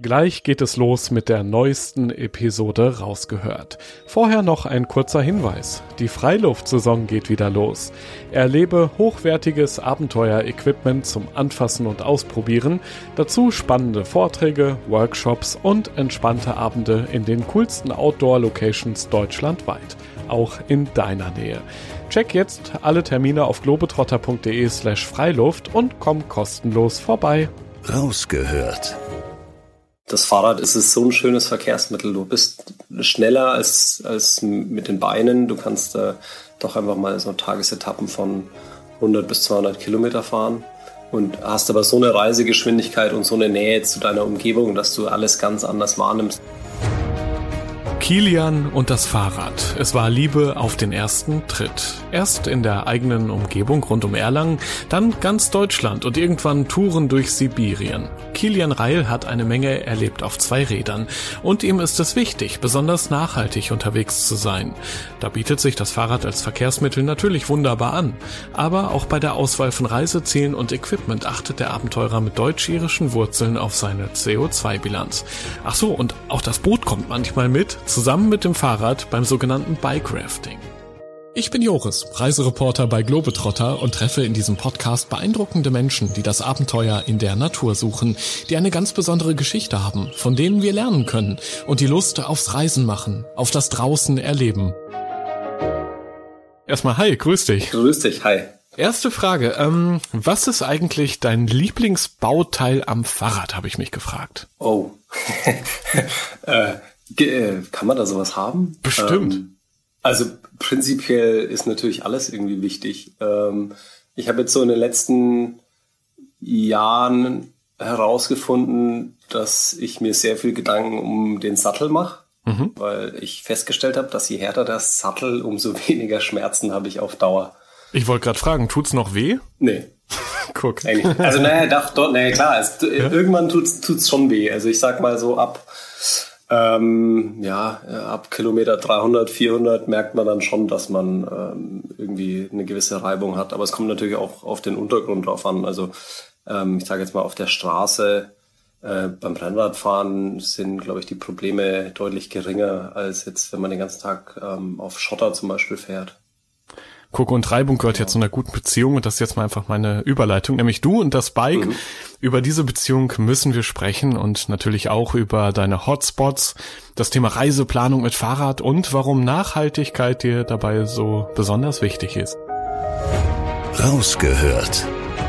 Gleich geht es los mit der neuesten Episode Rausgehört. Vorher noch ein kurzer Hinweis. Die Freiluftsaison geht wieder los. Erlebe hochwertiges Abenteuer-Equipment zum Anfassen und Ausprobieren. Dazu spannende Vorträge, Workshops und entspannte Abende in den coolsten Outdoor-Locations deutschlandweit. Auch in deiner Nähe. Check jetzt alle Termine auf globetrotter.de/Freiluft und komm kostenlos vorbei. Rausgehört. Das Fahrrad ist so ein schönes Verkehrsmittel. Du bist schneller als mit den Beinen. Du kannst doch einfach mal so Tagesetappen von 100 bis 200 Kilometer fahren und hast aber so eine Reisegeschwindigkeit und so eine Nähe zu deiner Umgebung, dass du alles ganz anders wahrnimmst. Kilian und das Fahrrad. Es war Liebe auf den ersten Tritt. Erst in der eigenen Umgebung rund um Erlangen, dann ganz Deutschland und irgendwann Touren durch Sibirien. Kilian Reil hat eine Menge erlebt auf 2 Rädern und ihm ist es wichtig, besonders nachhaltig unterwegs zu sein. Da bietet sich das Fahrrad als Verkehrsmittel natürlich wunderbar an. Aber auch bei der Auswahl von Reisezielen und Equipment achtet der Abenteurer mit deutsch-irischen Wurzeln auf seine CO2-Bilanz. Ach so, und auch das Boot kommt manchmal mit, zusammen mit dem Fahrrad beim sogenannten Bike-Rafting. Ich bin Joris, Reisereporter bei Globetrotter und treffe in diesem Podcast beeindruckende Menschen, die das Abenteuer in der Natur suchen, die eine ganz besondere Geschichte haben, von denen wir lernen können und die Lust aufs Reisen machen, auf das Draußen erleben. Erstmal hi, grüß dich. Grüß dich, hi. Erste Frage, was ist eigentlich dein Lieblingsbauteil am Fahrrad, habe ich mich gefragt. Oh, kann man da sowas haben? Bestimmt. Also prinzipiell ist natürlich alles irgendwie wichtig. Ich habe jetzt so in den letzten Jahren herausgefunden, dass ich mir sehr viel Gedanken um den Sattel mache, weil ich festgestellt habe, dass je härter der Sattel, umso weniger Schmerzen habe ich auf Dauer. Ich wollte gerade fragen, tut's noch weh? Nee. Guck. Also klar, irgendwann tut's schon weh. Also ich sag mal so ab Kilometer 300, 400 merkt man dann schon, dass man irgendwie eine gewisse Reibung hat. Aber es kommt natürlich auch auf den Untergrund drauf an. Also ich sage jetzt mal auf der Straße beim Rennradfahren sind, glaube ich, die Probleme deutlich geringer als jetzt, wenn man den ganzen Tag auf Schotter zum Beispiel fährt. Guck, und Reibung gehört ja zu einer guten Beziehung und das ist jetzt mal einfach meine Überleitung, nämlich du und das Bike. Über diese Beziehung müssen wir sprechen und natürlich auch über deine Hotspots, das Thema Reiseplanung mit Fahrrad und warum Nachhaltigkeit dir dabei so besonders wichtig ist. Rausgehört.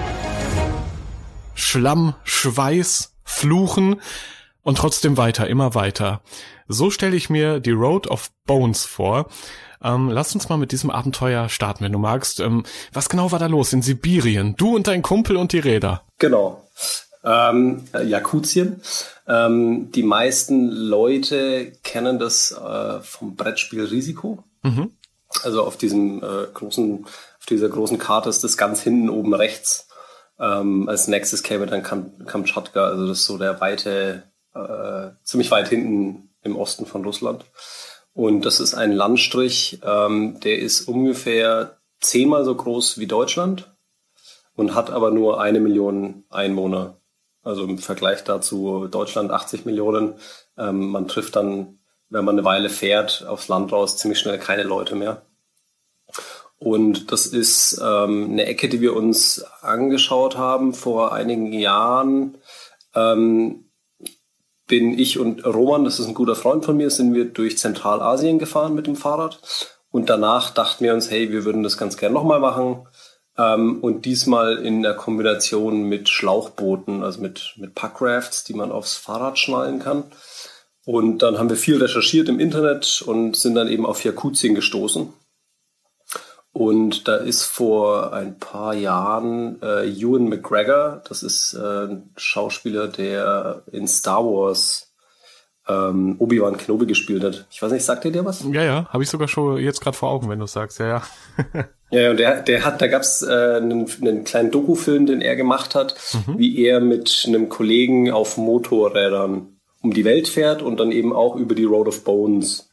Schlamm, Schweiß, Fluchen und trotzdem weiter, immer weiter. So stelle ich mir die Road of Bones vor. Lass uns mal mit diesem Abenteuer starten, wenn du magst. Was genau war da los in Sibirien? Du und dein Kumpel und die Räder. Genau. Jakutien. Die meisten Leute kennen das vom Brettspiel Risiko. Also auf dieser großen Karte ist das ganz hinten oben rechts. Als nächstes käme dann Kamtschatka. Also das ist so der ziemlich weit hinten im Osten von Russland. Und das ist ein Landstrich, der ist ungefähr 10-mal so groß wie Deutschland und hat aber nur 1 Million Einwohner. Also im Vergleich dazu Deutschland 80 Millionen. Man trifft dann, wenn man eine Weile fährt, aufs Land raus ziemlich schnell keine Leute mehr. Und das ist eine Ecke, die wir uns angeschaut haben vor einigen Jahren. Bin ich und Roman, das ist ein guter Freund von mir, sind wir durch Zentralasien gefahren mit dem Fahrrad. Und danach dachten wir uns, hey, wir würden das ganz gern nochmal machen. Und diesmal in der Kombination mit Schlauchbooten, also mit Packrafts, die man aufs Fahrrad schnallen kann. Und dann haben wir viel recherchiert im Internet und sind dann eben auf Jakutien gestoßen. Und da ist vor ein paar Jahren Ewan McGregor, das ist ein Schauspieler, der in Star Wars Obi-Wan Kenobi gespielt hat. Ich weiß nicht, sagt dir was? Ja, habe ich sogar schon jetzt gerade vor Augen, wenn du sagst, ja. Ja, und da gab's einen kleinen Dokufilm, den er gemacht hat, wie er mit einem Kollegen auf Motorrädern um die Welt fährt und dann eben auch über die Road of Bones.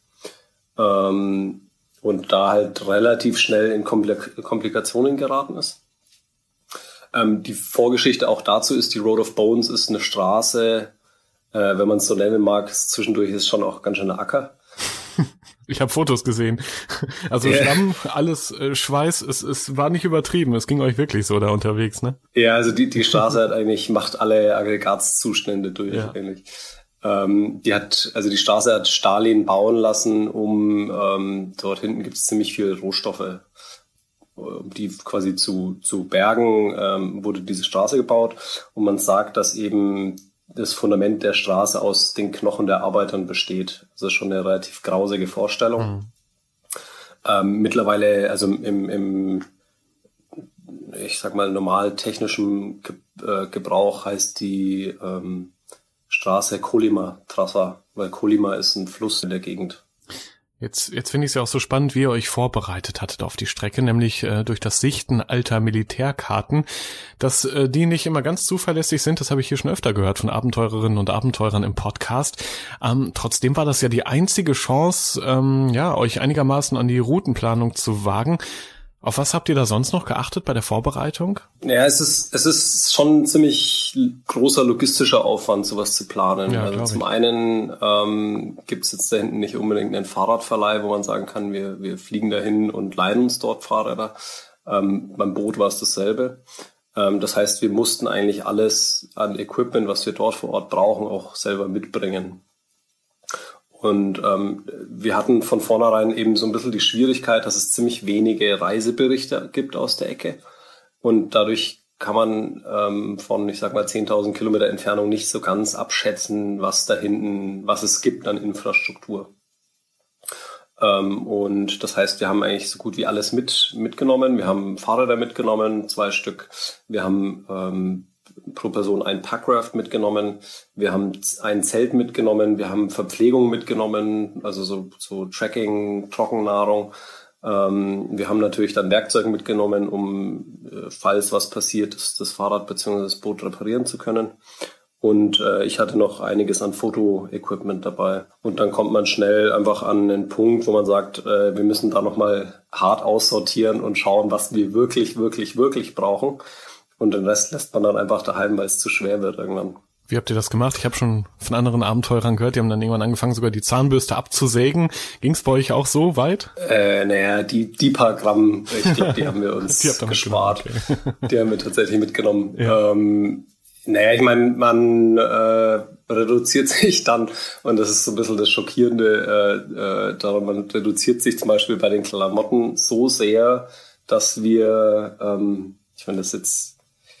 Und da halt relativ schnell in Komplikationen geraten ist. Die Vorgeschichte auch dazu ist, die Road of Bones ist eine Straße, wenn man es so nennen mag, zwischendurch ist schon auch ganz schön ein Acker. Ich habe Fotos gesehen. Also Schlamm, alles Schweiß, es war nicht übertrieben. Es ging euch wirklich so da unterwegs, ne? Ja, also die Straße macht alle Aggregatzustände durch eigentlich. Die Straße hat Stalin bauen lassen, dort hinten gibt es ziemlich viele Rohstoffe, die quasi zu bergen, wurde diese Straße gebaut. Und man sagt, dass eben das Fundament der Straße aus den Knochen der Arbeitern besteht. Das ist schon eine relativ grausige Vorstellung. Mittlerweile, also im ich sag mal, normal technischen Gebrauch heißt die Straße Kolyma-Trasse, weil Kolyma ist ein Fluss in der Gegend. Jetzt finde ich es ja auch so spannend, wie ihr euch vorbereitet hattet auf die Strecke, nämlich durch das Sichten alter Militärkarten, dass die nicht immer ganz zuverlässig sind. Das habe ich hier schon öfter gehört von Abenteurerinnen und Abenteurern im Podcast. Trotzdem war das ja die einzige Chance, euch einigermaßen an die Routenplanung zu wagen. Auf was habt ihr da sonst noch geachtet bei der Vorbereitung? Ja, es ist schon ein ziemlich großer logistischer Aufwand, sowas zu planen. Ja, also zum einen gibt es jetzt da hinten nicht unbedingt einen Fahrradverleih, wo man sagen kann, wir fliegen dahin und leihen uns dort Fahrräder. Beim Boot war es dasselbe. Das heißt, wir mussten eigentlich alles an Equipment, was wir dort vor Ort brauchen, auch selber mitbringen. Und wir hatten von vornherein eben so ein bisschen die Schwierigkeit, dass es ziemlich wenige Reiseberichte gibt aus der Ecke. Und dadurch kann man von, ich sag mal, 10.000 Kilometer Entfernung nicht so ganz abschätzen, was es gibt an Infrastruktur. Und das heißt, wir haben eigentlich so gut wie alles mitgenommen. Wir haben Fahrräder mitgenommen, 2 Stück. Wir haben pro Person ein Packraft mitgenommen. Wir haben ein Zelt mitgenommen. Wir haben Verpflegung mitgenommen, also so Tracking, Trockennahrung. Wir haben natürlich dann Werkzeuge mitgenommen, um, falls was passiert, das Fahrrad bzw. das Boot reparieren zu können. Und ich hatte noch einiges an Fotoequipment dabei. Und dann kommt man schnell einfach an einen Punkt, wo man sagt, wir müssen da nochmal hart aussortieren und schauen, was wir wirklich, wirklich, wirklich brauchen. Und den Rest lässt man dann einfach daheim, weil es zu schwer wird irgendwann. Wie habt ihr das gemacht? Ich habe schon von anderen Abenteurern gehört, die haben dann irgendwann angefangen, sogar die Zahnbürste abzusägen. Ging es bei euch auch so weit? Die paar Gramm, ich glaube, die haben wir uns gespart. Okay. Die haben wir tatsächlich mitgenommen. Ja. Ich meine, man reduziert sich dann, und das ist so ein bisschen das Schockierende daran, man reduziert sich zum Beispiel bei den Klamotten so sehr, dass wir, ich meine, das jetzt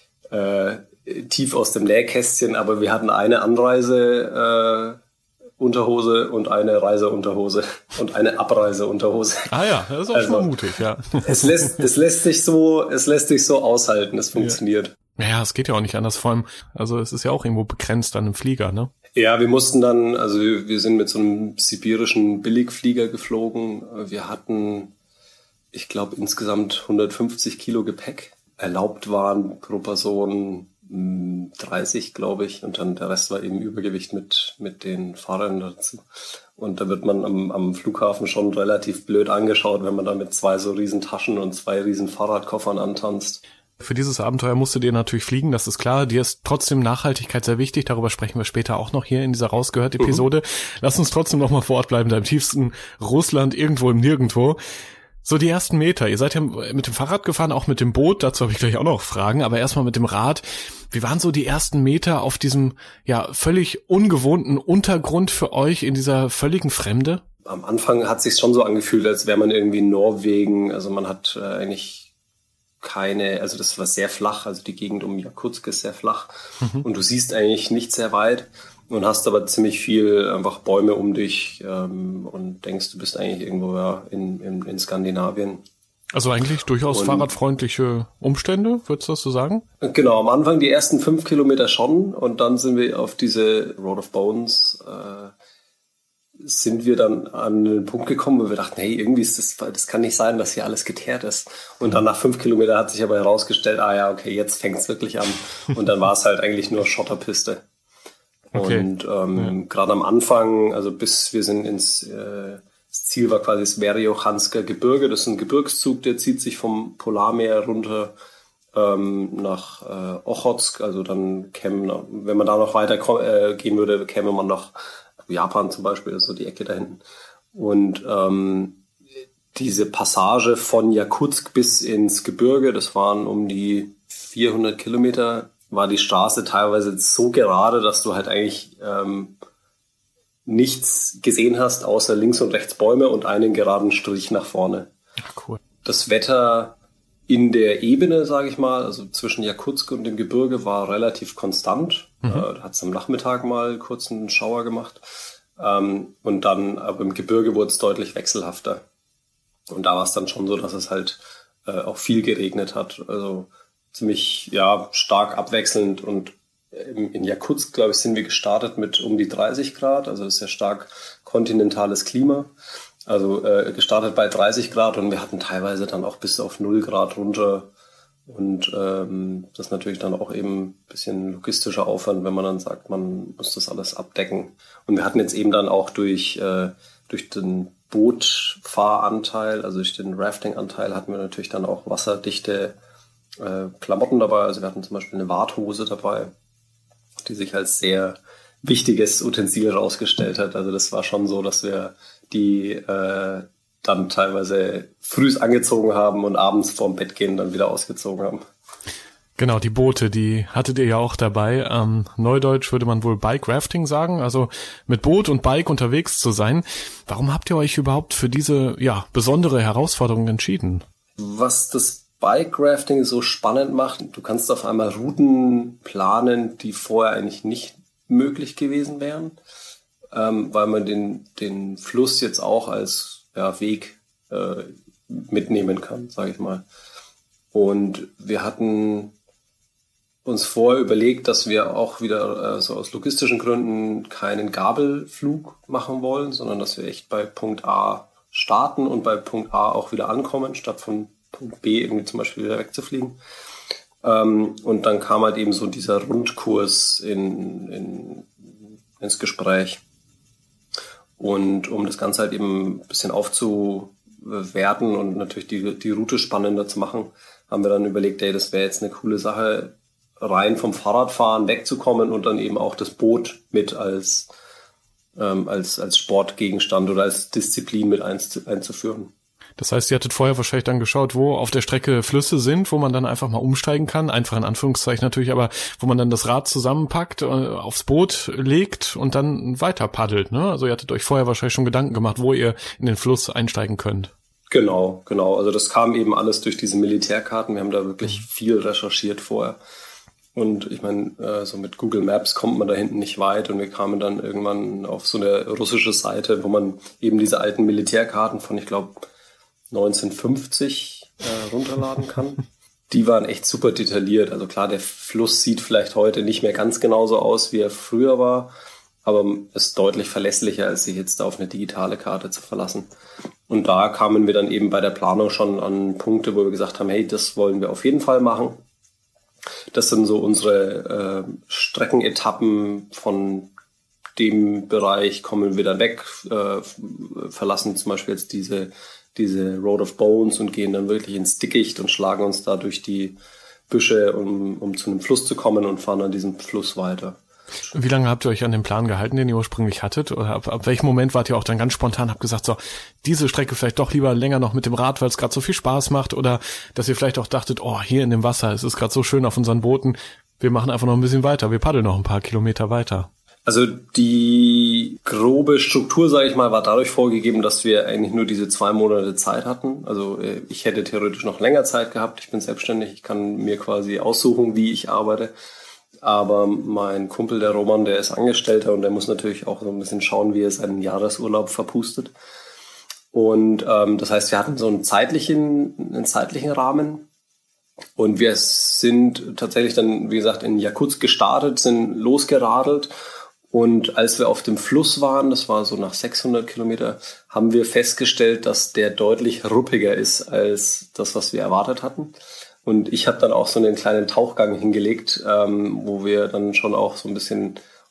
tief aus dem Nähkästchen, aber wir hatten eine Anreise Unterhose und eine Reiseunterhose und eine Abreiseunterhose. Ah ja, das ist auch schon mal mutig, ja. Es lässt sich so aushalten, es funktioniert. Ja, es geht ja auch nicht anders, vor allem, also es ist ja auch irgendwo begrenzt an einem Flieger, ne? Ja, wir mussten dann, also wir sind mit so einem sibirischen Billigflieger geflogen. Wir hatten, ich glaube, insgesamt 150 Kilo Gepäck. Erlaubt waren pro Person 30, glaube ich, und dann der Rest war eben Übergewicht mit den Fahrern dazu. Und da wird man am Flughafen schon relativ blöd angeschaut, wenn man da mit 2 so riesen Taschen und 2 riesen Fahrradkoffern antanzt. Für dieses Abenteuer musstet ihr natürlich fliegen, das ist klar. Dir ist trotzdem Nachhaltigkeit sehr wichtig. Darüber sprechen wir später auch noch hier in dieser Rausgehört-Episode. Lass uns trotzdem noch mal vor Ort bleiben, da im tiefsten Russland, irgendwo im Nirgendwo. So die ersten Meter. Ihr seid ja mit dem Fahrrad gefahren, auch mit dem Boot. Dazu habe ich gleich auch noch Fragen. Aber erstmal mit dem Rad. Wie waren so die ersten Meter auf diesem völlig ungewohnten Untergrund für euch in dieser völligen Fremde? Am Anfang hat es sich schon so angefühlt, als wäre man irgendwie in Norwegen. Also man hat eigentlich also das war sehr flach, also die Gegend um Jakutsk ist sehr flach und du siehst eigentlich nicht sehr weit und hast aber ziemlich viel einfach Bäume um dich und denkst, du bist eigentlich irgendwo in Skandinavien. Also eigentlich durchaus fahrradfreundliche Umstände, würdest du das so sagen? Genau, am Anfang die ersten 5 Kilometer schon und dann sind wir auf diese Road of Bones sind wir dann an den Punkt gekommen, wo wir dachten, hey, irgendwie ist das kann nicht sein, dass hier alles geteert ist. Und dann nach 5 Kilometern hat sich aber herausgestellt, okay, jetzt fängt es wirklich an. Und dann war es halt eigentlich nur Schotterpiste. Okay. Und gerade am Anfang, also bis wir sind das Ziel war quasi das Verjochansker Gebirge. Das ist ein Gebirgszug, der zieht sich vom Polarmeer runter nach Ochotsk, also dann wenn man da noch weiter gehen würde, käme man nach Japan zum Beispiel, also die Ecke da hinten. Und diese Passage von Jakutsk bis ins Gebirge, das waren um die 400 Kilometer, war die Straße teilweise so gerade, dass du halt eigentlich nichts gesehen hast, außer links und rechts Bäume und einen geraden Strich nach vorne. Ach, cool. Das Wetter in der Ebene, sage ich mal, also zwischen Jakutsk und dem Gebirge, war relativ konstant. Da hat es am Nachmittag mal kurz einen Schauer gemacht. Und dann, aber im Gebirge wurde es deutlich wechselhafter. Und da war es dann schon so, dass es halt auch viel geregnet hat. Also ziemlich stark abwechselnd. Und in Jakutsk, glaube ich, sind wir gestartet mit um die 30 Grad. Also das ist ja stark kontinentales Klima. Also gestartet bei 30 Grad und wir hatten teilweise dann auch bis auf 0 Grad runter. Und das ist natürlich dann auch eben ein bisschen logistischer Aufwand, wenn man dann sagt, man muss das alles abdecken. Und wir hatten jetzt eben dann auch durch den Bootfahranteil, also durch den Rafting-Anteil, hatten wir natürlich dann auch wasserdichte Klamotten dabei. Also wir hatten zum Beispiel eine Warthose dabei, die sich als sehr wichtiges Utensil herausgestellt hat. Also das war schon so, dass wir die dann teilweise früh angezogen haben und abends vorm Bett gehen dann wieder ausgezogen haben. Genau, die Boote, die hattet ihr ja auch dabei. Neudeutsch würde man wohl Bike Rafting sagen, also mit Boot und Bike unterwegs zu sein. Warum habt ihr euch überhaupt für diese besondere Herausforderung entschieden? Was das Bike Rafting so spannend macht, du kannst auf einmal Routen planen, die vorher eigentlich nicht möglich gewesen wären, weil man den Fluss jetzt auch als Weg mitnehmen kann, sage ich mal. Und wir hatten uns vorher überlegt, dass wir auch wieder so aus logistischen Gründen keinen Gabelflug machen wollen, sondern dass wir echt bei Punkt A starten und bei Punkt A auch wieder ankommen, statt von Punkt B irgendwie zum Beispiel wieder wegzufliegen. Und dann kam halt eben so dieser Rundkurs ins Gespräch. Und um das Ganze halt eben ein bisschen aufzuwerten und natürlich die Route spannender zu machen, haben wir dann überlegt, das wäre jetzt eine coole Sache, rein vom Fahrradfahren wegzukommen und dann eben auch das Boot mit als Sportgegenstand oder als Disziplin mit einzuführen. Das heißt, ihr hattet vorher wahrscheinlich dann geschaut, wo auf der Strecke Flüsse sind, wo man dann einfach mal umsteigen kann, einfach in Anführungszeichen natürlich, aber wo man dann das Rad zusammenpackt, aufs Boot legt und dann weiter paddelt, ne? Also ihr hattet euch vorher wahrscheinlich schon Gedanken gemacht, wo ihr in den Fluss einsteigen könnt. Genau. Also das kam eben alles durch diese Militärkarten. Wir haben da wirklich viel recherchiert vorher. Und ich meine, so mit Google Maps kommt man da hinten nicht weit und wir kamen dann irgendwann auf so eine russische Seite, wo man eben diese alten Militärkarten von, ich glaube, 1950 runterladen kann. Die waren echt super detailliert. Also klar, der Fluss sieht vielleicht heute nicht mehr ganz genauso aus, wie er früher war, aber ist deutlich verlässlicher, als sich jetzt da auf eine digitale Karte zu verlassen. Und da kamen wir dann eben bei der Planung schon an Punkte, wo wir gesagt haben, hey, das wollen wir auf jeden Fall machen. Das sind so unsere Streckenetappen. Von dem Bereich kommen wir dann weg, verlassen zum Beispiel jetzt diese Road of Bones und gehen dann wirklich ins Dickicht und schlagen uns da durch die Büsche, um zu einem Fluss zu kommen und fahren an diesem Fluss weiter. Wie lange habt ihr euch an den Plan gehalten, den ihr ursprünglich hattet? Oder ab welchem Moment wart ihr auch dann ganz spontan, habt gesagt, so, diese Strecke vielleicht doch lieber länger noch mit dem Rad, weil es gerade so viel Spaß macht? Oder dass ihr vielleicht auch dachtet, hier in dem Wasser, es ist gerade so schön auf unseren Booten, wir machen einfach noch ein bisschen weiter, wir paddeln noch ein paar Kilometer weiter. Also die grobe Struktur, sage ich mal, war dadurch vorgegeben, dass wir eigentlich nur diese 2 Monate Zeit hatten. Also ich hätte theoretisch noch länger Zeit gehabt. Ich bin selbstständig, ich kann mir quasi aussuchen, wie ich arbeite. Aber mein Kumpel, der Roman, der ist Angestellter und der muss natürlich auch so ein bisschen schauen, wie er seinen Jahresurlaub verpustet. Und das heißt, wir hatten so einen zeitlichen Rahmen. Und wir sind tatsächlich dann, wie gesagt, in Jakutsk gestartet, sind losgeradelt. Und als wir auf dem Fluss waren, das war so nach 600 Kilometer, haben wir festgestellt, dass der deutlich ruppiger ist als das, was wir erwartet hatten. Und ich habe dann auch so einen kleinen Tauchgang hingelegt, wo wir dann schon auch so ein bisschen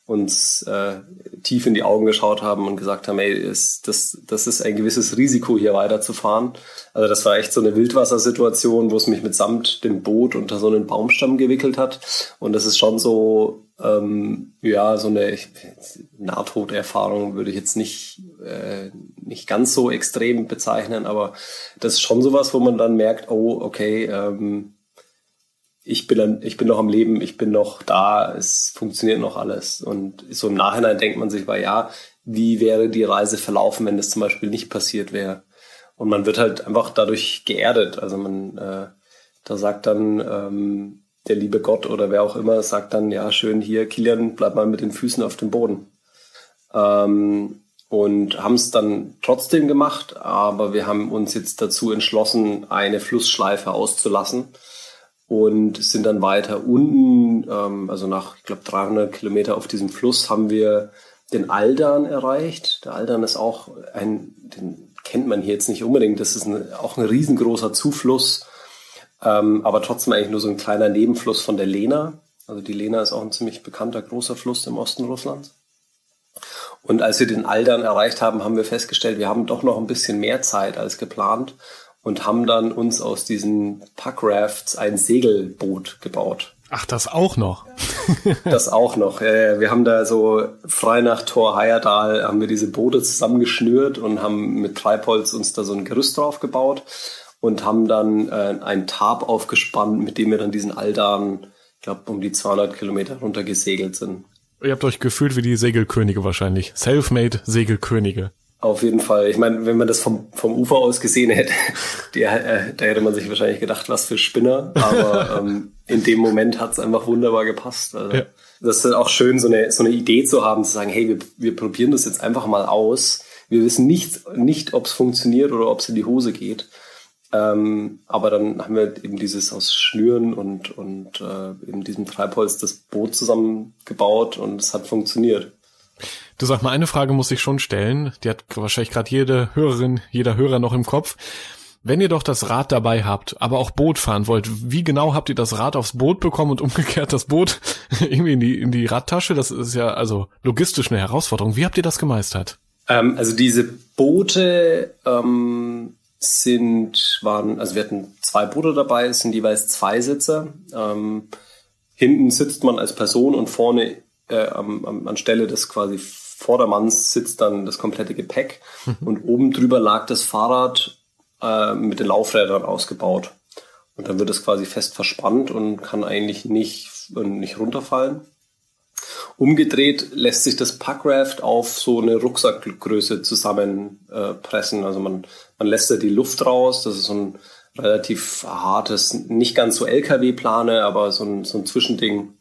uns tief in die Augen geschaut haben und gesagt haben, ey, das ist ein gewisses Risiko, hier weiterzufahren. Also das war echt so eine Wildwassersituation, wo es mich mitsamt dem Boot unter so einen Baumstamm gewickelt hat. Und das ist schon so, so eine Nahtoderfahrung würde ich jetzt nicht ganz so extrem bezeichnen, aber das ist schon sowas, wo man dann merkt, oh, okay, ich bin noch am Leben, ich bin noch da, es funktioniert noch alles. Und so im Nachhinein denkt man sich, wie wäre die Reise verlaufen, wenn das zum Beispiel nicht passiert wäre? Und man wird halt einfach dadurch geerdet. Also da sagt dann der liebe Gott oder wer auch immer, sagt dann, ja, schön hier, Kilian, bleib mal mit den Füßen auf dem Boden. Und haben es dann trotzdem gemacht, aber wir haben uns jetzt dazu entschlossen, eine Flussschleife auszulassen. Und sind dann weiter unten, also nach, ich glaube, 300 Kilometer auf diesem Fluss, haben wir den Aldan erreicht. Der Aldan ist auch den kennt man hier jetzt nicht unbedingt, das ist auch ein riesengroßer Zufluss, aber trotzdem eigentlich nur so ein kleiner Nebenfluss von der Lena. Also die Lena ist auch ein ziemlich bekannter, großer Fluss im Osten Russlands. Und als wir den Aldan erreicht haben, haben wir festgestellt, wir haben doch noch ein bisschen mehr Zeit als geplant. Und haben dann uns aus diesen Packrafts ein Segelboot gebaut. Ach, das auch noch? Das auch noch. Wir haben da so frei nach Tor Heyerdahl haben wir diese Boote zusammengeschnürt und haben mit Treibholz uns da so ein Gerüst drauf gebaut und haben dann ein Tarp aufgespannt, mit dem wir dann diesen Aldan, ich glaube, um die 200 Kilometer runter gesegelt sind. Ihr habt euch gefühlt wie die Segelkönige wahrscheinlich. Selfmade Segelkönige. Auf jeden Fall. Ich meine, wenn man das vom Ufer aus gesehen hätte, da hätte man sich wahrscheinlich gedacht, was für Spinner. Aber in dem Moment hat es einfach wunderbar gepasst. Also, ja. Das ist auch schön, so eine Idee zu haben, zu sagen, hey, wir probieren das jetzt einfach mal aus. Wir wissen nicht, ob es funktioniert oder ob es in die Hose geht. Aber dann haben wir eben dieses aus Schnüren und eben diesem Treibholz das Boot zusammengebaut und es hat funktioniert. Du, sag mal, eine Frage muss ich schon stellen, die hat wahrscheinlich gerade jede Hörerin, jeder Hörer noch im Kopf. Wenn ihr doch das Rad dabei habt, aber auch Boot fahren wollt, wie genau habt ihr das Rad aufs Boot bekommen und umgekehrt das Boot irgendwie in die Radtasche? Das ist ja also logistisch eine Herausforderung. Wie habt ihr das gemeistert? Also diese Boote wir hatten 2 Boote dabei, es sind jeweils 2 Sitzer. Hinten sitzt man als Person und vorne anstelle des quasi Vordermanns sitzt dann das komplette Gepäck und oben drüber lag das Fahrrad mit den Laufrädern ausgebaut. Und dann wird es quasi fest verspannt und kann eigentlich nicht runterfallen. Umgedreht lässt sich das Packraft auf so eine Rucksackgröße zusammenpressen. Also man lässt da die Luft raus. Das ist so ein relativ hartes, nicht ganz so LKW-Plane, aber so ein Zwischending.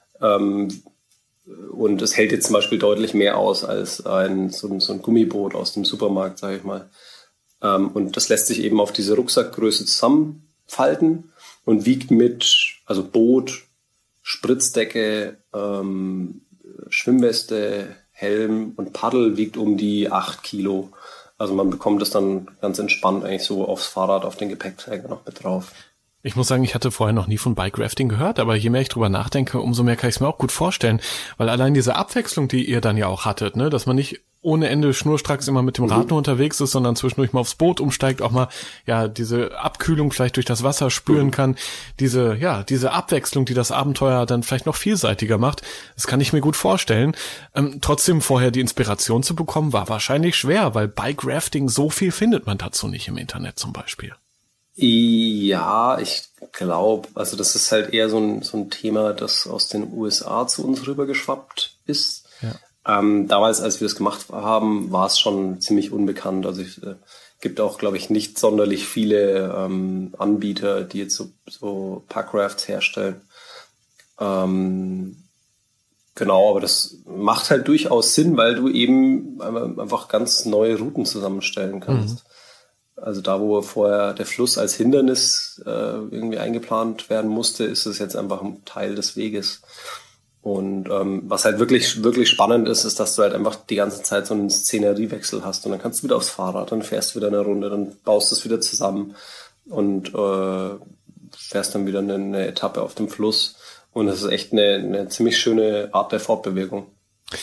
Und es hält jetzt zum Beispiel deutlich mehr aus als so ein Gummiboot aus dem Supermarkt, sage ich mal. Und das lässt sich eben auf diese Rucksackgröße zusammenfalten und wiegt also Boot, Spritzdecke, Schwimmweste, Helm und Paddel wiegt um die 8 Kilo. Also man bekommt das dann ganz entspannt eigentlich so aufs Fahrrad, auf den Gepäckträger noch mit drauf. Ich muss sagen, ich hatte vorher noch nie von Bike-Rafting gehört, aber je mehr ich drüber nachdenke, umso mehr kann ich es mir auch gut vorstellen. Weil allein diese Abwechslung, die ihr dann ja auch hattet, ne, dass man nicht ohne Ende schnurstracks immer mit dem Rad nur unterwegs ist, sondern zwischendurch mal aufs Boot umsteigt, auch mal ja diese Abkühlung vielleicht durch das Wasser spüren kann, diese Abwechslung, die das Abenteuer dann vielleicht noch vielseitiger macht, das kann ich mir gut vorstellen. Trotzdem vorher die Inspiration zu bekommen, war wahrscheinlich schwer, weil Bike-Rafting, so viel findet man dazu nicht im Internet zum Beispiel. Ja, ich glaube, also das ist halt eher so ein Thema, das aus den USA zu uns rübergeschwappt ist. Ja. Damals, als wir das gemacht haben, war es schon ziemlich unbekannt. Also es gibt auch, glaube ich, nicht sonderlich viele Anbieter, die jetzt so Packrafts herstellen. Genau, aber das macht halt durchaus Sinn, weil du eben einfach ganz neue Routen zusammenstellen kannst. Also da, wo vorher der Fluss als Hindernis irgendwie eingeplant werden musste, ist es jetzt einfach ein Teil des Weges. Und was halt wirklich, wirklich spannend ist, dass du halt einfach die ganze Zeit so einen Szeneriewechsel hast. Und dann kannst du wieder aufs Fahrrad, dann fährst du wieder eine Runde, dann baust du es wieder zusammen und fährst dann wieder eine Etappe auf dem Fluss. Und das ist echt eine ziemlich schöne Art der Fortbewegung.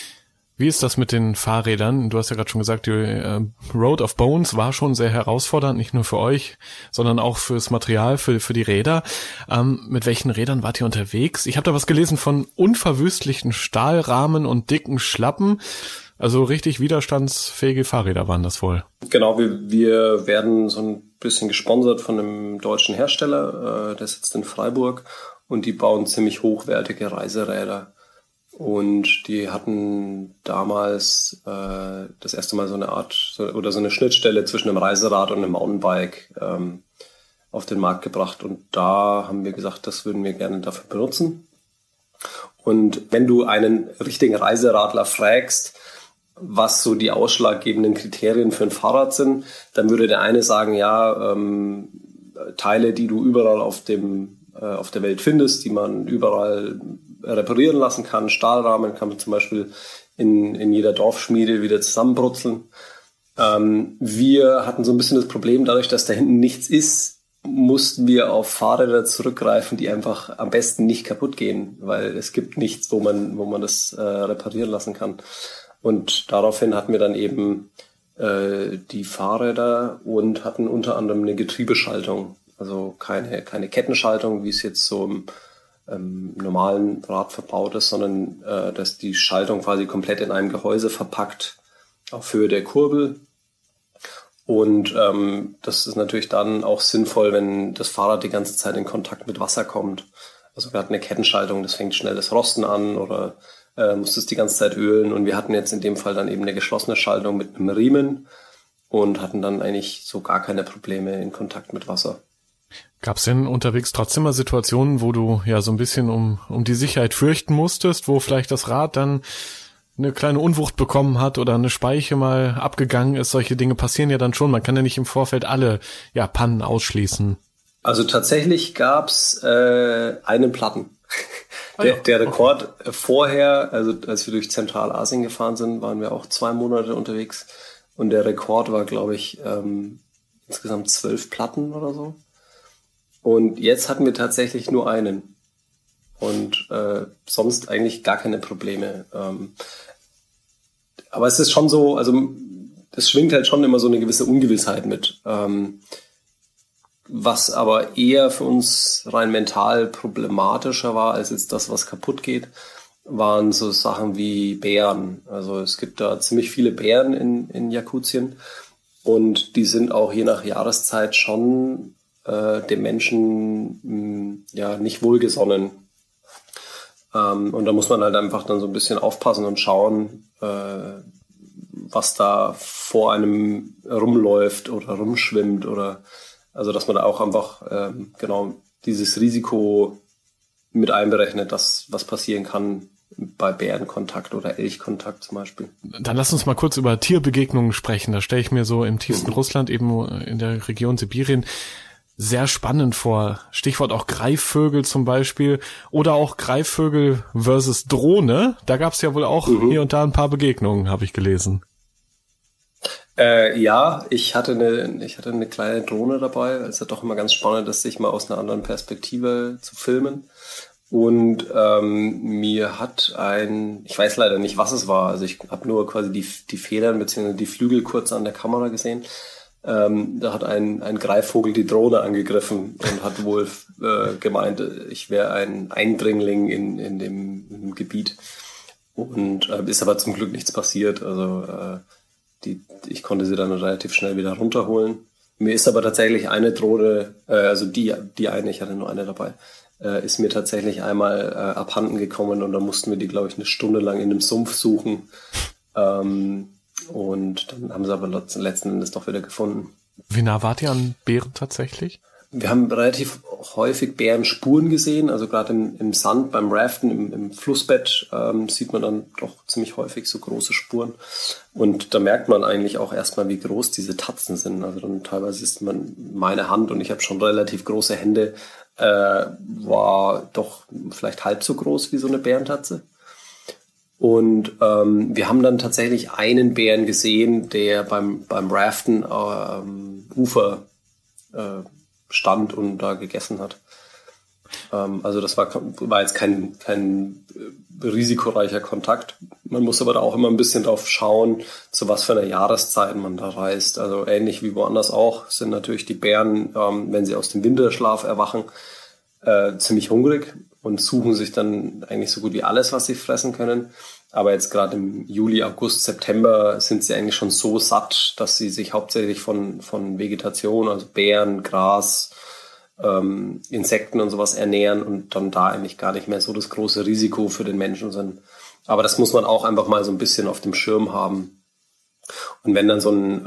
Wie ist das mit den Fahrrädern? Du hast ja gerade schon gesagt, die Road of Bones war schon sehr herausfordernd, nicht nur für euch, sondern auch fürs Material, für die Räder. Mit welchen Rädern wart ihr unterwegs? Ich habe da was gelesen von unverwüstlichen Stahlrahmen und dicken Schlappen. Also richtig widerstandsfähige Fahrräder waren das wohl. Genau, wir werden so ein bisschen gesponsert von einem deutschen Hersteller, der sitzt in Freiburg und die bauen ziemlich hochwertige Reiseräder. Und die hatten damals das erste Mal so eine Art oder so eine Schnittstelle zwischen einem Reiserad und einem Mountainbike auf den Markt gebracht. Und da haben wir gesagt, das würden wir gerne dafür benutzen. Und wenn du einen richtigen Reiseradler fragst, was so die ausschlaggebenden Kriterien für ein Fahrrad sind, dann würde der eine sagen, ja, Teile, die du überall auf der Welt findest, die man überall reparieren lassen kann. Stahlrahmen kann man zum Beispiel in jeder Dorfschmiede wieder zusammenbrutzeln. Wir hatten so ein bisschen das Problem, dadurch, dass da hinten nichts ist, mussten wir auf Fahrräder zurückgreifen, die einfach am besten nicht kaputt gehen, weil es gibt nichts, wo man das reparieren lassen kann. Und daraufhin hatten wir dann eben die Fahrräder und hatten unter anderem eine Getriebeschaltung. Also keine Kettenschaltung, wie es jetzt so im normalen Rad verbaut ist, sondern dass die Schaltung quasi komplett in einem Gehäuse verpackt auf Höhe der Kurbel. Und das ist natürlich dann auch sinnvoll, wenn das Fahrrad die ganze Zeit in Kontakt mit Wasser kommt. Also wir hatten eine Kettenschaltung, das fängt schnell das Rosten an oder musste es die ganze Zeit ölen. Und wir hatten jetzt in dem Fall dann eben eine geschlossene Schaltung mit einem Riemen und hatten dann eigentlich so gar keine Probleme in Kontakt mit Wasser. Gab es denn unterwegs trotzdem mal Situationen, wo du ja so ein bisschen um die Sicherheit fürchten musstest, wo vielleicht das Rad dann eine kleine Unwucht bekommen hat oder eine Speiche mal abgegangen ist? Solche Dinge passieren ja dann schon. Man kann ja nicht im Vorfeld alle Pannen ausschließen. Also tatsächlich gab's einen Platten. Der Rekord vorher, also als wir durch Zentralasien gefahren sind, waren wir auch 2 Monate unterwegs und der Rekord war, glaube ich, insgesamt 12 Platten oder so. Und jetzt hatten wir tatsächlich nur einen und sonst eigentlich gar keine Probleme. Aber es ist schon so, also es schwingt halt schon immer so eine gewisse Ungewissheit mit. Was aber eher für uns rein mental problematischer war als jetzt das, was kaputt geht, waren so Sachen wie Bären. Also es gibt da ziemlich viele Bären in Jakutien und die sind auch je nach Jahreszeit schon dem Menschen nicht wohlgesonnen. Und da muss man halt einfach dann so ein bisschen aufpassen und schauen, was da vor einem rumläuft oder rumschwimmt oder also dass man da auch einfach dieses Risiko mit einberechnet, dass was passieren kann bei Bärenkontakt oder Elchkontakt zum Beispiel. Dann lass uns mal kurz über Tierbegegnungen sprechen. Da stelle ich mir so im tiefsten Russland, eben in der Region Sibirien, sehr spannend vor. Stichwort auch Greifvögel zum Beispiel oder auch Greifvögel versus Drohne. Da gab es ja wohl auch hier und da ein paar Begegnungen, habe ich gelesen. Ja, ich hatte eine kleine Drohne dabei. Es ist ja doch immer ganz spannend, das sich mal aus einer anderen Perspektive zu filmen. Und mir hat ich weiß leider nicht, was es war. Also ich habe nur quasi die Federn bzw. die Flügel kurz an der Kamera gesehen. Da hat ein Greifvogel die Drohne angegriffen und hat wohl gemeint, ich wäre ein Eindringling in dem Gebiet. Und ist aber zum Glück nichts passiert. Also ich konnte sie dann relativ schnell wieder runterholen. Mir ist aber tatsächlich eine Drohne, also die eine, ich hatte nur eine dabei, ist mir tatsächlich einmal abhanden gekommen und dann mussten wir die, glaube ich, 1 Stunde lang in einem Sumpf suchen. Und dann haben sie aber letzten Endes doch wieder gefunden. Wie nah wart ihr an Bären tatsächlich? Wir haben relativ häufig Bärenspuren gesehen, also gerade im Sand, beim Raften, im Flussbett sieht man dann doch ziemlich häufig so große Spuren. Und da merkt man eigentlich auch erstmal, wie groß diese Tatzen sind. Also dann teilweise ist meine Hand, und ich habe schon relativ große Hände, war doch vielleicht halb so groß wie so eine Bärentatze. Und wir haben dann tatsächlich einen Bären gesehen, der beim Raften Ufer stand und da gegessen hat. Also das war jetzt kein risikoreicher Kontakt. Man muss aber da auch immer ein bisschen drauf schauen, zu was für einer Jahreszeit man da reist. Also ähnlich wie woanders auch sind natürlich die Bären, wenn sie aus dem Winterschlaf erwachen, ziemlich hungrig und suchen sich dann eigentlich so gut wie alles, was sie fressen können. Aber jetzt gerade im Juli, August, September sind sie eigentlich schon so satt, dass sie sich hauptsächlich von Vegetation, also Beeren, Gras, Insekten und sowas ernähren und dann da eigentlich gar nicht mehr so das große Risiko für den Menschen sind. Aber das muss man auch einfach mal so ein bisschen auf dem Schirm haben. Und wenn dann so ein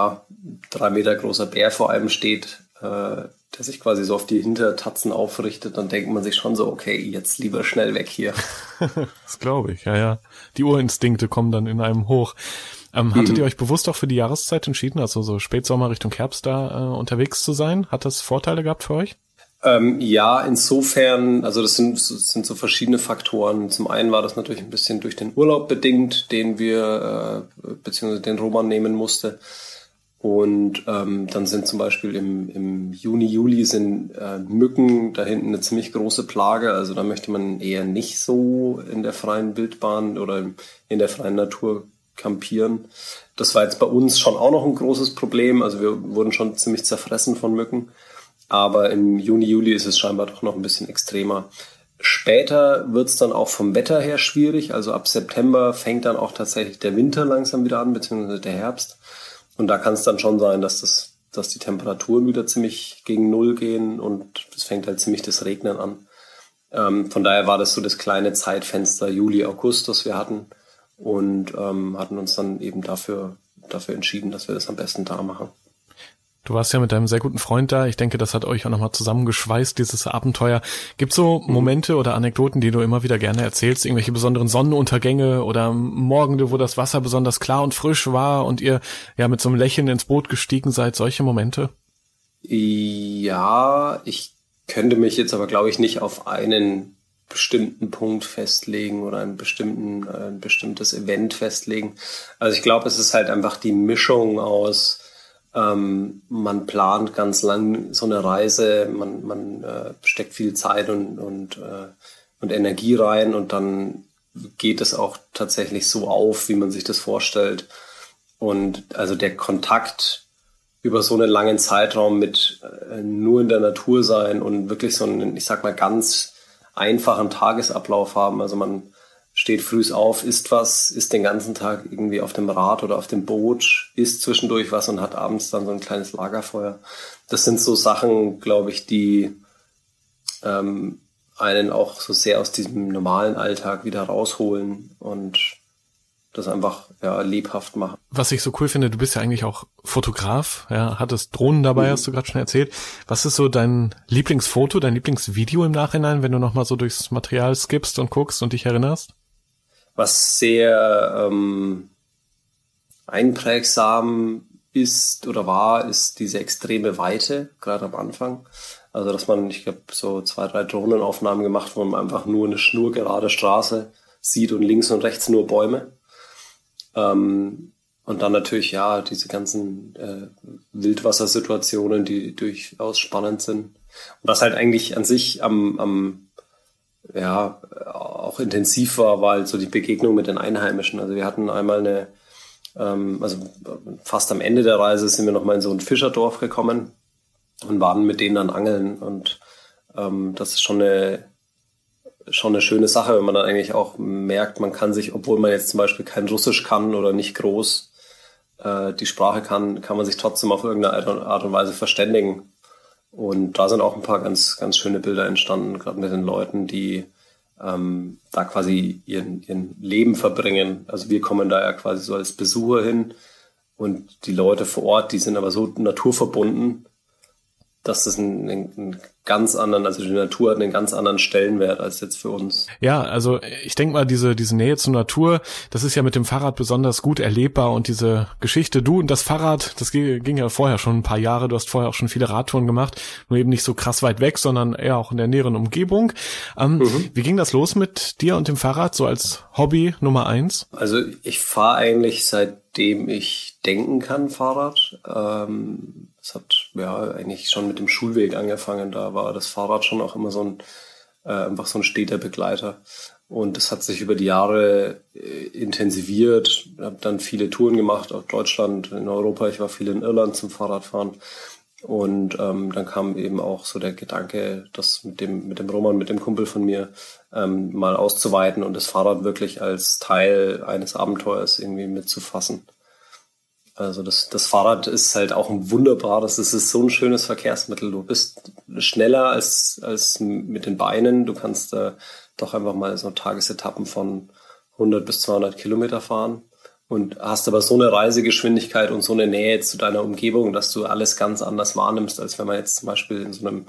3 Meter großer Bär vor einem steht, der sich quasi so auf die Hintertatzen aufrichtet, dann denkt man sich schon so, okay, jetzt lieber schnell weg hier. Das glaube ich, ja. Die Urinstinkte kommen dann in einem hoch. Hattet ihr euch bewusst auch für die Jahreszeit entschieden, also so Spätsommer Richtung Herbst da unterwegs zu sein? Hat das Vorteile gehabt für euch? Ja, insofern, also das sind so verschiedene Faktoren. Zum einen war das natürlich ein bisschen durch den Urlaub bedingt, den wir, beziehungsweise den Roman nehmen musste. Und dann sind zum Beispiel im Juni, Juli sind Mücken da hinten eine ziemlich große Plage. Also da möchte man eher nicht so in der freien Wildbahn oder in der freien Natur campieren. Das war jetzt bei uns schon auch noch ein großes Problem. Also wir wurden schon ziemlich zerfressen von Mücken. Aber im Juni, Juli ist es scheinbar doch noch ein bisschen extremer. Später wird es dann auch vom Wetter her schwierig. Also ab September fängt dann auch tatsächlich der Winter langsam wieder an, beziehungsweise der Herbst. Und da kann es dann schon sein, dass die Temperaturen wieder ziemlich gegen Null gehen und es fängt halt ziemlich das Regnen an. Von daher war das so das kleine Zeitfenster Juli, August, das wir hatten. Und hatten uns dann eben dafür entschieden, dass wir das am besten da machen. Du warst ja mit deinem sehr guten Freund da. Ich denke, das hat euch auch nochmal zusammengeschweißt, dieses Abenteuer. Gibt's so Momente oder Anekdoten, die du immer wieder gerne erzählst? Irgendwelche besonderen Sonnenuntergänge oder Morgende, wo das Wasser besonders klar und frisch war und ihr ja mit so einem Lächeln ins Boot gestiegen seid? Solche Momente? Ja, ich könnte mich jetzt aber, glaube ich, nicht auf einen bestimmten Punkt festlegen oder ein bestimmtes Event festlegen. Also ich glaube, es ist halt einfach die Mischung aus man plant ganz lang so eine Reise, man steckt viel Zeit und Energie rein und dann geht es auch tatsächlich so auf, wie man sich das vorstellt. Und also der Kontakt über so einen langen Zeitraum mit nur in der Natur sein und wirklich so einen, ich sag mal, ganz einfachen Tagesablauf haben. Also man steht früh auf, isst was, ist den ganzen Tag irgendwie auf dem Rad oder auf dem Boot, isst zwischendurch was und hat abends dann so ein kleines Lagerfeuer. Das sind so Sachen, glaube ich, die einen auch so sehr aus diesem normalen Alltag wieder rausholen und das einfach lebhaft machen. Was ich so cool finde, du bist ja eigentlich auch Fotograf, ja, hattest Drohnen dabei, hast du gerade schon erzählt. Was ist so dein Lieblingsfoto, dein Lieblingsvideo im Nachhinein, wenn du nochmal so durchs Material skippst und guckst und dich erinnerst? Was sehr einprägsam ist oder war, ist diese extreme Weite, gerade am Anfang. Also dass man, ich glaube, so 2, 3 Drohnenaufnahmen gemacht, wo man einfach nur eine schnurgerade Straße sieht und links und rechts nur Bäume. Und dann natürlich, ja, diese ganzen Wildwassersituationen, die durchaus spannend sind. Und was halt eigentlich an sich auch intensiv war halt so die Begegnung mit den Einheimischen. Also wir hatten einmal fast am Ende der Reise sind wir nochmal in so ein Fischerdorf gekommen und waren mit denen dann angeln. Und das ist schon eine schöne Sache, wenn man dann eigentlich auch merkt, man kann sich, obwohl man jetzt zum Beispiel kein Russisch kann oder nicht groß die Sprache kann man sich trotzdem auf irgendeine Art und Weise verständigen. Und da sind auch ein paar ganz, ganz schöne Bilder entstanden, gerade mit den Leuten, die da quasi ihren Leben verbringen. Also wir kommen da ja quasi so als Besucher hin und die Leute vor Ort, die sind aber so naturverbunden, dass das einen ganz anderen, also die Natur hat einen ganz anderen Stellenwert als jetzt für uns. Ja, also ich denke mal, diese Nähe zur Natur, das ist ja mit dem Fahrrad besonders gut erlebbar und diese Geschichte, du und das Fahrrad, das ging ja vorher schon ein paar Jahre, du hast vorher auch schon viele Radtouren gemacht, nur eben nicht so krass weit weg, sondern eher auch in der näheren Umgebung. Wie ging das los mit dir und dem Fahrrad, so als Hobby Nummer 1? Also ich fahre eigentlich seitdem ich denken kann Fahrrad. Es hat ja eigentlich schon mit dem Schulweg angefangen. Da war das Fahrrad schon auch immer einfach so ein steter Begleiter. Und das hat sich über die Jahre intensiviert. Ich habe dann viele Touren gemacht, auch Deutschland, in Europa. Ich war viel in Irland zum Fahrradfahren. Und dann kam eben auch so der Gedanke, das mit dem Roman, mit dem Kumpel von mir, mal auszuweiten und das Fahrrad wirklich als Teil eines Abenteuers irgendwie mitzufassen. Also das Fahrrad ist halt auch ein wunderbares, es ist so ein schönes Verkehrsmittel. Du bist schneller als mit den Beinen. Du kannst doch einfach mal so Tagesetappen von 100 bis 200 Kilometer fahren und hast aber so eine Reisegeschwindigkeit und so eine Nähe zu deiner Umgebung, dass du alles ganz anders wahrnimmst, als wenn man jetzt zum Beispiel in so einem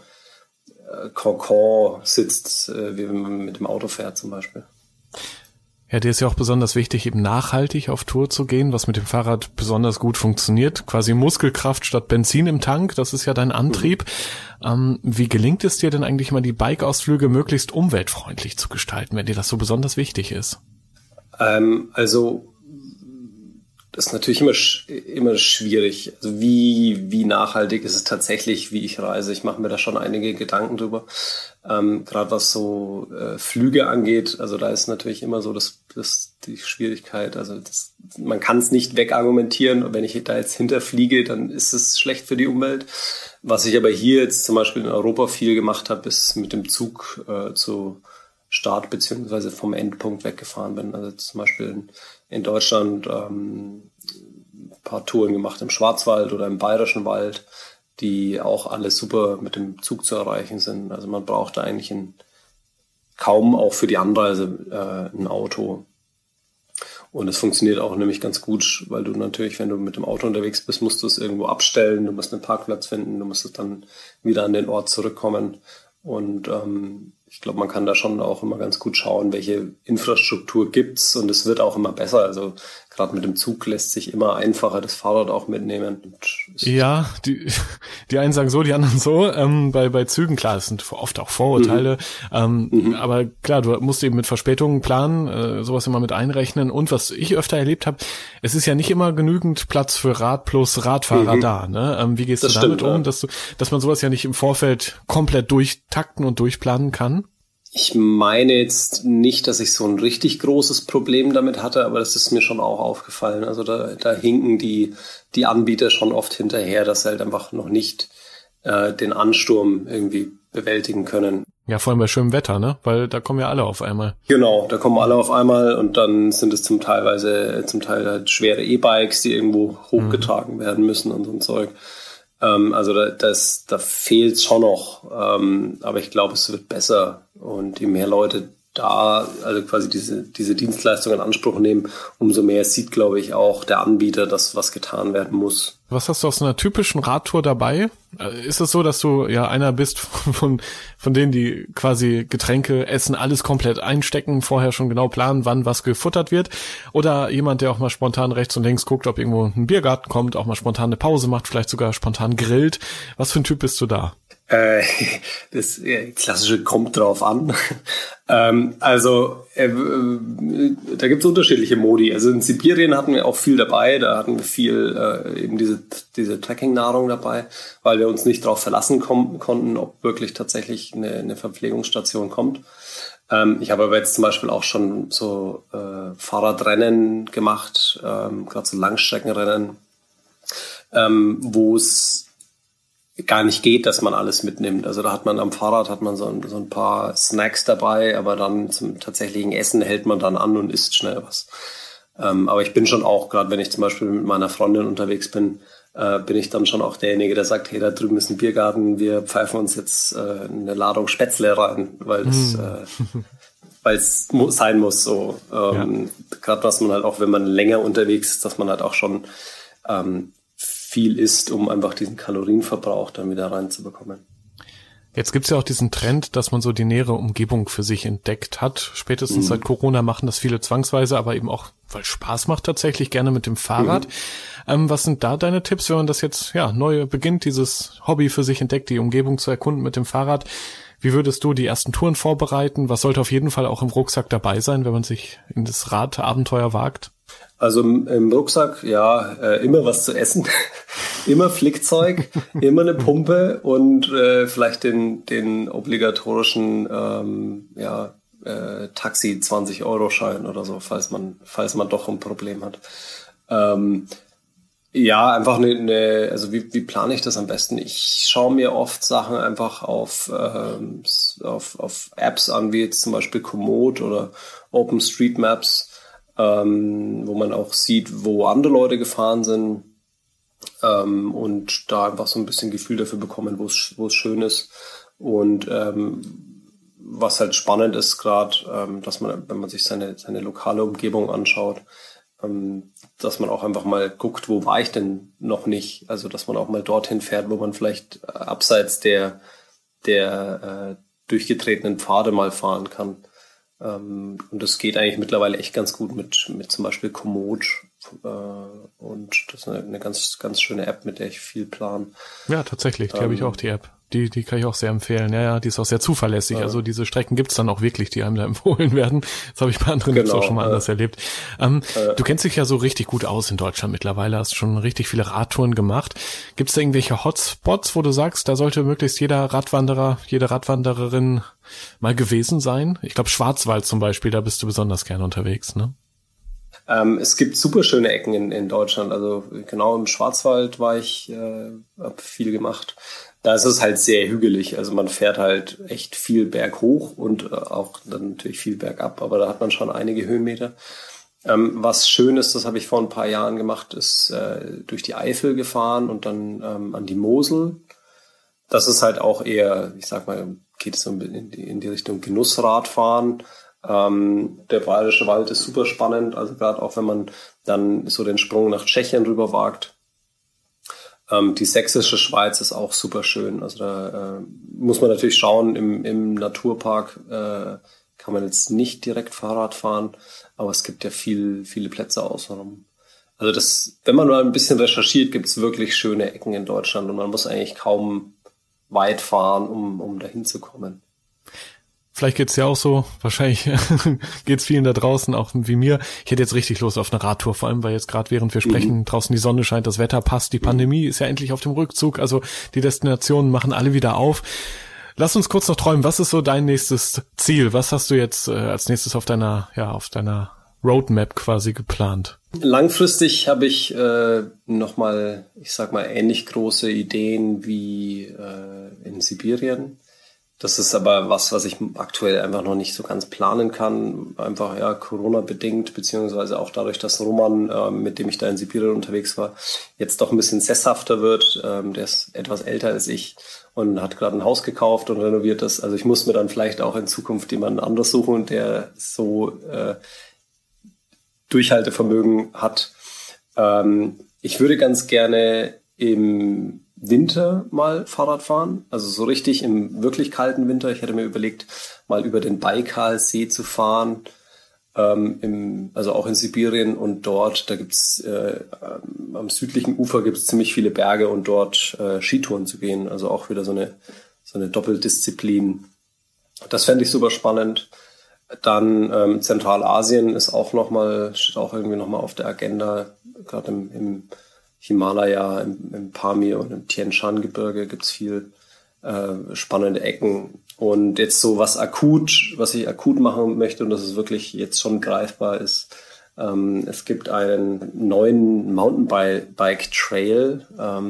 Kokon sitzt, wie wenn man mit dem Auto fährt zum Beispiel. Ja, dir ist ja auch besonders wichtig, eben nachhaltig auf Tour zu gehen, was mit dem Fahrrad besonders gut funktioniert. Quasi Muskelkraft statt Benzin im Tank, das ist ja dein Antrieb. Wie gelingt es dir denn eigentlich mal, die Bike-Ausflüge möglichst umweltfreundlich zu gestalten, wenn dir das so besonders wichtig ist? Also das ist natürlich immer schwierig. Also wie nachhaltig ist es tatsächlich, wie ich reise? Ich mache mir da schon einige Gedanken drüber. Gerade was so Flüge angeht, also da ist natürlich immer so die Schwierigkeit. Also man kann es nicht wegargumentieren. Und wenn ich da jetzt hinterfliege, dann ist es schlecht für die Umwelt. Was ich aber hier jetzt zum Beispiel in Europa viel gemacht habe, ist mit dem Zug zu Start beziehungsweise vom Endpunkt weggefahren bin. Also zum Beispiel in Deutschland ein paar Touren gemacht im Schwarzwald oder im Bayerischen Wald, die auch alle super mit dem Zug zu erreichen sind. Also man braucht da eigentlich kaum auch für die Anreise ein Auto. Und es funktioniert auch nämlich ganz gut, weil du natürlich, wenn du mit dem Auto unterwegs bist, musst du es irgendwo abstellen, du musst einen Parkplatz finden, du musst es dann wieder an den Ort zurückkommen. Und ich glaube, man kann da schon auch immer ganz gut schauen, welche Infrastruktur gibt's, und es wird auch immer besser. Also gerade mit dem Zug lässt sich immer einfacher das Fahrrad auch mitnehmen. Ja, die einen sagen so, die anderen so. Bei Zügen, klar, es sind oft auch Vorurteile. Aber klar, du musst eben mit Verspätungen planen, sowas immer mit einrechnen. Und was ich öfter erlebt habe, es ist ja nicht immer genügend Platz für Rad plus Radfahrer da. Ne? Wie gehst du damit um, dass man sowas ja nicht im Vorfeld komplett durchtakten und durchplanen kann? Ich meine jetzt nicht, dass ich so ein richtig großes Problem damit hatte, aber das ist mir schon auch aufgefallen. Also da hinken die Anbieter schon oft hinterher, dass sie halt einfach noch nicht den Ansturm irgendwie bewältigen können. Ja, vor allem bei schönem Wetter, ne? Weil da kommen ja alle auf einmal. Genau, da kommen alle auf einmal und dann sind es zum Teil halt schwere E-Bikes, die irgendwo hochgetragen werden müssen und so ein Zeug. Also da fehlt schon noch, aber ich glaube, es wird besser, und je mehr Leute da also quasi diese Dienstleistung in Anspruch nehmen, umso mehr sieht, glaube ich, auch der Anbieter, dass was getan werden muss. Was hast du auf so einer typischen Radtour dabei? Ist es so, dass du ja einer bist von denen, die quasi Getränke, Essen, alles komplett einstecken, vorher schon genau planen, wann was gefuttert wird? Oder jemand, der auch mal spontan rechts und links guckt, ob irgendwo ein Biergarten kommt, auch mal spontan eine Pause macht, vielleicht sogar spontan grillt? Was für ein Typ bist du da? Das klassische kommt drauf an. Da gibt's unterschiedliche Modi. Also in Sibirien hatten wir auch viel dabei. Da hatten wir viel eben diese Trekking-Nahrung dabei, weil wir uns nicht darauf verlassen konnten, ob wirklich tatsächlich eine Verpflegungsstation kommt. Ich habe aber jetzt zum Beispiel auch schon so Fahrradrennen gemacht, gerade so Langstreckenrennen, wo es gar nicht geht, dass man alles mitnimmt. Also da hat man am Fahrrad so ein paar Snacks dabei, aber dann zum tatsächlichen Essen hält man dann an und isst schnell was. Aber ich bin schon auch, gerade wenn ich zum Beispiel mit meiner Freundin unterwegs bin ich dann schon auch derjenige, der sagt, hey, da drüben ist ein Biergarten, wir pfeifen uns jetzt eine Ladung Spätzle rein, weil es sein muss. So. Gerade was man halt auch, wenn man länger unterwegs ist, dass man halt auch schon viel isst, um einfach diesen Kalorienverbrauch dann wieder reinzubekommen. Jetzt gibt's ja auch diesen Trend, dass man so die nähere Umgebung für sich entdeckt hat. Spätestens seit Corona machen das viele zwangsweise, aber eben auch, weil es Spaß macht, tatsächlich gerne mit dem Fahrrad. Was sind da deine Tipps, wenn man das jetzt neu beginnt, dieses Hobby für sich entdeckt, die Umgebung zu erkunden mit dem Fahrrad? Wie würdest du die ersten Touren vorbereiten? Was sollte auf jeden Fall auch im Rucksack dabei sein, wenn man sich in das Radabenteuer wagt? Also im Rucksack, ja, immer was zu essen, immer Flickzeug, immer eine Pumpe und vielleicht den obligatorischen Taxi 20-Euro-Schein oder so, falls man doch ein Problem hat. Ja, einfach also wie plane ich das am besten? Ich schaue mir oft Sachen einfach auf Apps an, wie jetzt zum Beispiel Komoot oder OpenStreetMaps, wo man auch sieht, wo andere Leute gefahren sind, und da einfach so ein bisschen Gefühl dafür bekommen, wo es schön ist. Und was halt spannend ist gerade, dass man, wenn man sich seine lokale Umgebung anschaut, dass man auch einfach mal guckt, wo war ich denn noch nicht? Also, dass man auch mal dorthin fährt, wo man vielleicht abseits der durchgetretenen Pfade mal fahren kann. Und das geht eigentlich mittlerweile echt ganz gut mit zum Beispiel Komoot. Und das ist eine ganz, ganz schöne App, mit der ich viel plane. Ja, tatsächlich, die habe ich auch, die App. Die kann ich auch sehr empfehlen. Ja, die ist auch sehr zuverlässig. Ja. Also diese Strecken gibt's dann auch wirklich, die einem da empfohlen werden. Das habe ich bei anderen Apps auch schon mal anders erlebt. Du kennst dich ja so richtig gut aus in Deutschland mittlerweile, hast schon richtig viele Radtouren gemacht. Gibt's da irgendwelche Hotspots, wo du sagst, da sollte möglichst jeder Radwanderer, jede Radwandererin mal gewesen sein? Ich glaube Schwarzwald zum Beispiel, da bist du besonders gerne unterwegs, ne? Es gibt super schöne Ecken in Deutschland. Also genau im Schwarzwald war ich, habe viel gemacht. Da ist es halt sehr hügelig. Also man fährt halt echt viel berghoch und auch dann natürlich viel bergab. Aber da hat man schon einige Höhenmeter. Was schön ist, das habe ich vor ein paar Jahren gemacht, ist durch die Eifel gefahren und dann an die Mosel. Das ist halt auch eher, ich sag mal, geht es so in die Richtung Genussradfahren. Der Bayerische Wald ist super spannend, also gerade auch wenn man dann so den Sprung nach Tschechien rüber wagt. Die sächsische Schweiz ist auch super schön, also da muss man natürlich schauen, im Naturpark kann man jetzt nicht direkt Fahrrad fahren, aber es gibt ja viele Plätze außenrum. Also wenn man mal ein bisschen recherchiert, gibt es wirklich schöne Ecken in Deutschland und man muss eigentlich kaum weit fahren, um dahin zu kommen. Vielleicht geht's ja auch so, wahrscheinlich geht's vielen da draußen, auch wie mir. Ich hätte jetzt richtig Lust auf eine Radtour, vor allem, weil jetzt gerade während wir sprechen, draußen die Sonne scheint, das Wetter passt, die Pandemie ist ja endlich auf dem Rückzug, also die Destinationen machen alle wieder auf. Lass uns kurz noch träumen, was ist so dein nächstes Ziel? Was hast du jetzt als nächstes auf deiner Roadmap quasi geplant? Langfristig habe ich nochmal, ich sag mal, ähnlich große Ideen wie in Sibirien. Das ist aber was ich aktuell einfach noch nicht so ganz planen kann. Einfach ja Corona-bedingt, beziehungsweise auch dadurch, dass Roman, mit dem ich da in Sibirien unterwegs war, jetzt doch ein bisschen sesshafter wird. Der ist etwas älter als ich und hat gerade ein Haus gekauft und renoviert das. Also ich muss mir dann vielleicht auch in Zukunft jemanden anders suchen, der so Durchhaltevermögen hat. Ich würde ganz gerne im Winter mal Fahrrad fahren, also so richtig im wirklich kalten Winter. Ich hätte mir überlegt, mal über den Baikalsee zu fahren, also auch in Sibirien und dort, da gibt's am südlichen Ufer gibt's ziemlich viele Berge und dort Skitouren zu gehen, also auch wieder so eine Doppeldisziplin. Das fände ich super spannend. Dann Zentralasien ist steht auch irgendwie nochmal auf der Agenda, gerade im Himalaya, im Pamir und im Tian Shan Gebirge gibt's viel spannende Ecken. Und jetzt so was ich akut machen möchte, und das ist wirklich jetzt schon greifbar ist, es gibt einen neuen Mountainbike-Trail.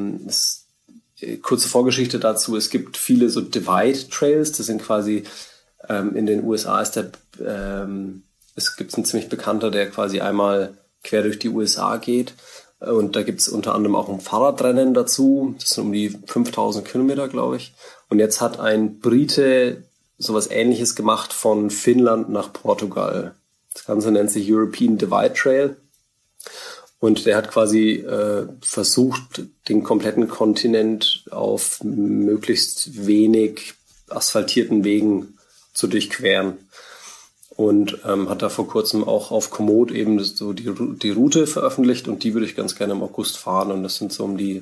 Kurze Vorgeschichte dazu, es gibt viele so Divide-Trails, das sind quasi in den USA es gibt einen ziemlich bekannter, der quasi einmal quer durch die USA geht. Und da gibt's unter anderem auch ein Fahrradrennen dazu. Das sind um die 5000 Kilometer, glaube ich. Und jetzt hat ein Brite sowas Ähnliches gemacht von Finnland nach Portugal. Das Ganze nennt sich European Divide Trail. Und der hat quasi versucht, den kompletten Kontinent auf möglichst wenig asphaltierten Wegen zu durchqueren. Und hat da vor kurzem auch auf Komoot eben so die Route veröffentlicht und die würde ich ganz gerne im August fahren. Und das sind so um die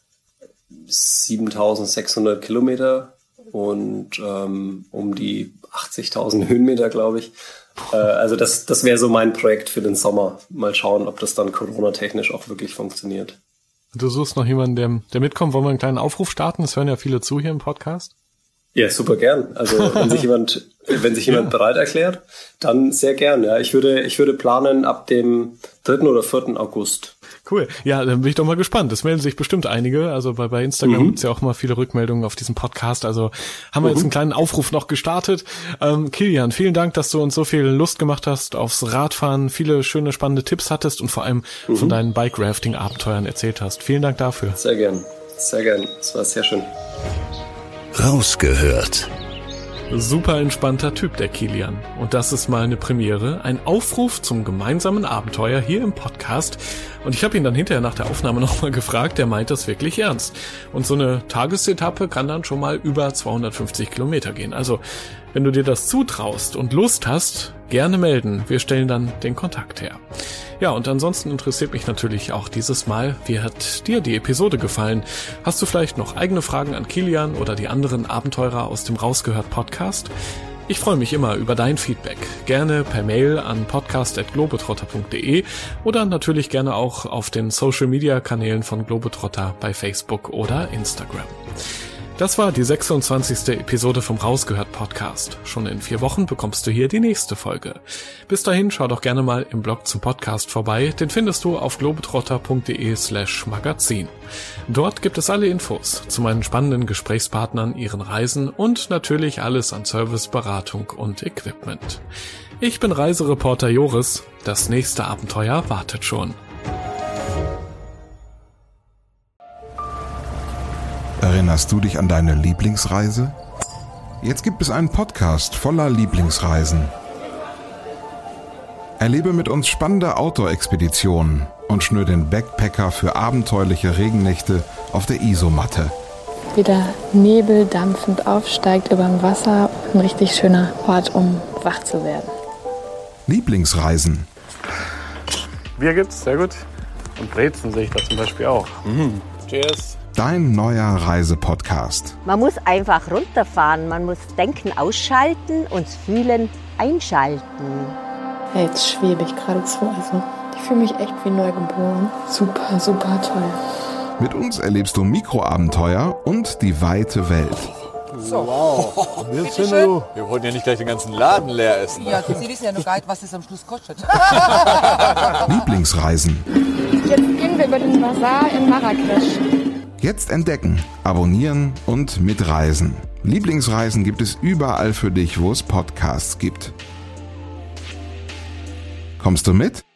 7600 Kilometer und um die 80.000 Höhenmeter, glaube ich. Also das wäre so mein Projekt für den Sommer. Mal schauen, ob das dann Corona-technisch auch wirklich funktioniert. Du suchst noch jemanden, der mitkommt. Wollen wir einen kleinen Aufruf starten? Es hören ja viele zu hier im Podcast. Ja, super gern. Also wenn sich jemand bereit erklärt, dann sehr gern. Ja, ich würde planen ab dem 3. oder 4. August. Cool. Ja, dann bin ich doch mal gespannt. Es melden sich bestimmt einige. Also bei Instagram gibt's ja auch mal viele Rückmeldungen auf diesem Podcast. Also haben wir jetzt einen kleinen Aufruf noch gestartet. Kilian, vielen Dank, dass du uns so viel Lust gemacht hast aufs Radfahren, viele schöne, spannende Tipps hattest und vor allem von deinen Bike-Rafting-Abenteuern erzählt hast. Vielen Dank dafür. Sehr gern. Sehr gern. Das war sehr schön. Rausgehört. Super entspannter Typ, der Kilian. Und das ist mal eine Premiere, ein Aufruf zum gemeinsamen Abenteuer hier im Podcast. Und ich habe ihn dann hinterher nach der Aufnahme nochmal gefragt, der meint das wirklich ernst. Und so eine Tagesetappe kann dann schon mal über 250 Kilometer gehen. Also, wenn du dir das zutraust und Lust hast, gerne melden. Wir stellen dann den Kontakt her. Ja, und ansonsten interessiert mich natürlich auch dieses Mal, wie hat dir die Episode gefallen? Hast du vielleicht noch eigene Fragen an Kilian oder die anderen Abenteurer aus dem Rausgehört Podcast? Ich freue mich immer über dein Feedback. Gerne per Mail an podcast@globetrotter.de oder natürlich gerne auch auf den Social-Media-Kanälen von Globetrotter bei Facebook oder Instagram. Das war die 26. Episode vom Rausgehört Podcast. Schon in 4 Wochen bekommst du hier die nächste Folge. Bis dahin schau doch gerne mal im Blog zum Podcast vorbei. Den findest du auf globetrotter.de/magazin. Dort gibt es alle Infos zu meinen spannenden Gesprächspartnern, ihren Reisen und natürlich alles an Service, Beratung und Equipment. Ich bin Reisereporter Joris. Das nächste Abenteuer wartet schon. Erinnerst du dich an deine Lieblingsreise? Jetzt gibt es einen Podcast voller Lieblingsreisen. Erlebe mit uns spannende Outdoor-Expeditionen und schnür den Backpacker für abenteuerliche Regennächte auf der Isomatte. Wie der Nebel dampfend aufsteigt über dem Wasser. Ein richtig schöner Ort, um wach zu werden. Lieblingsreisen. Bier gibt's, sehr gut. Und Brezen sehe ich da zum Beispiel auch. Cheers. Dein neuer Reisepodcast. Man muss einfach runterfahren, man muss Denken ausschalten und Fühlen einschalten. Ja, jetzt schwebe ich geradezu. Also ich fühle mich echt wie neugeboren. Super, super toll. Mit uns erlebst du Mikroabenteuer und die weite Welt. So. Wow. Wir wollten ja nicht gleich den ganzen Laden leer essen. Ja, Sie wissen ja noch gar nicht, was das am Schluss kostet. Lieblingsreisen. Jetzt gehen wir über den Bazar in Marrakesch. Jetzt entdecken, abonnieren und mitreisen. Lieblingsreisen gibt es überall für dich, wo es Podcasts gibt. Kommst du mit?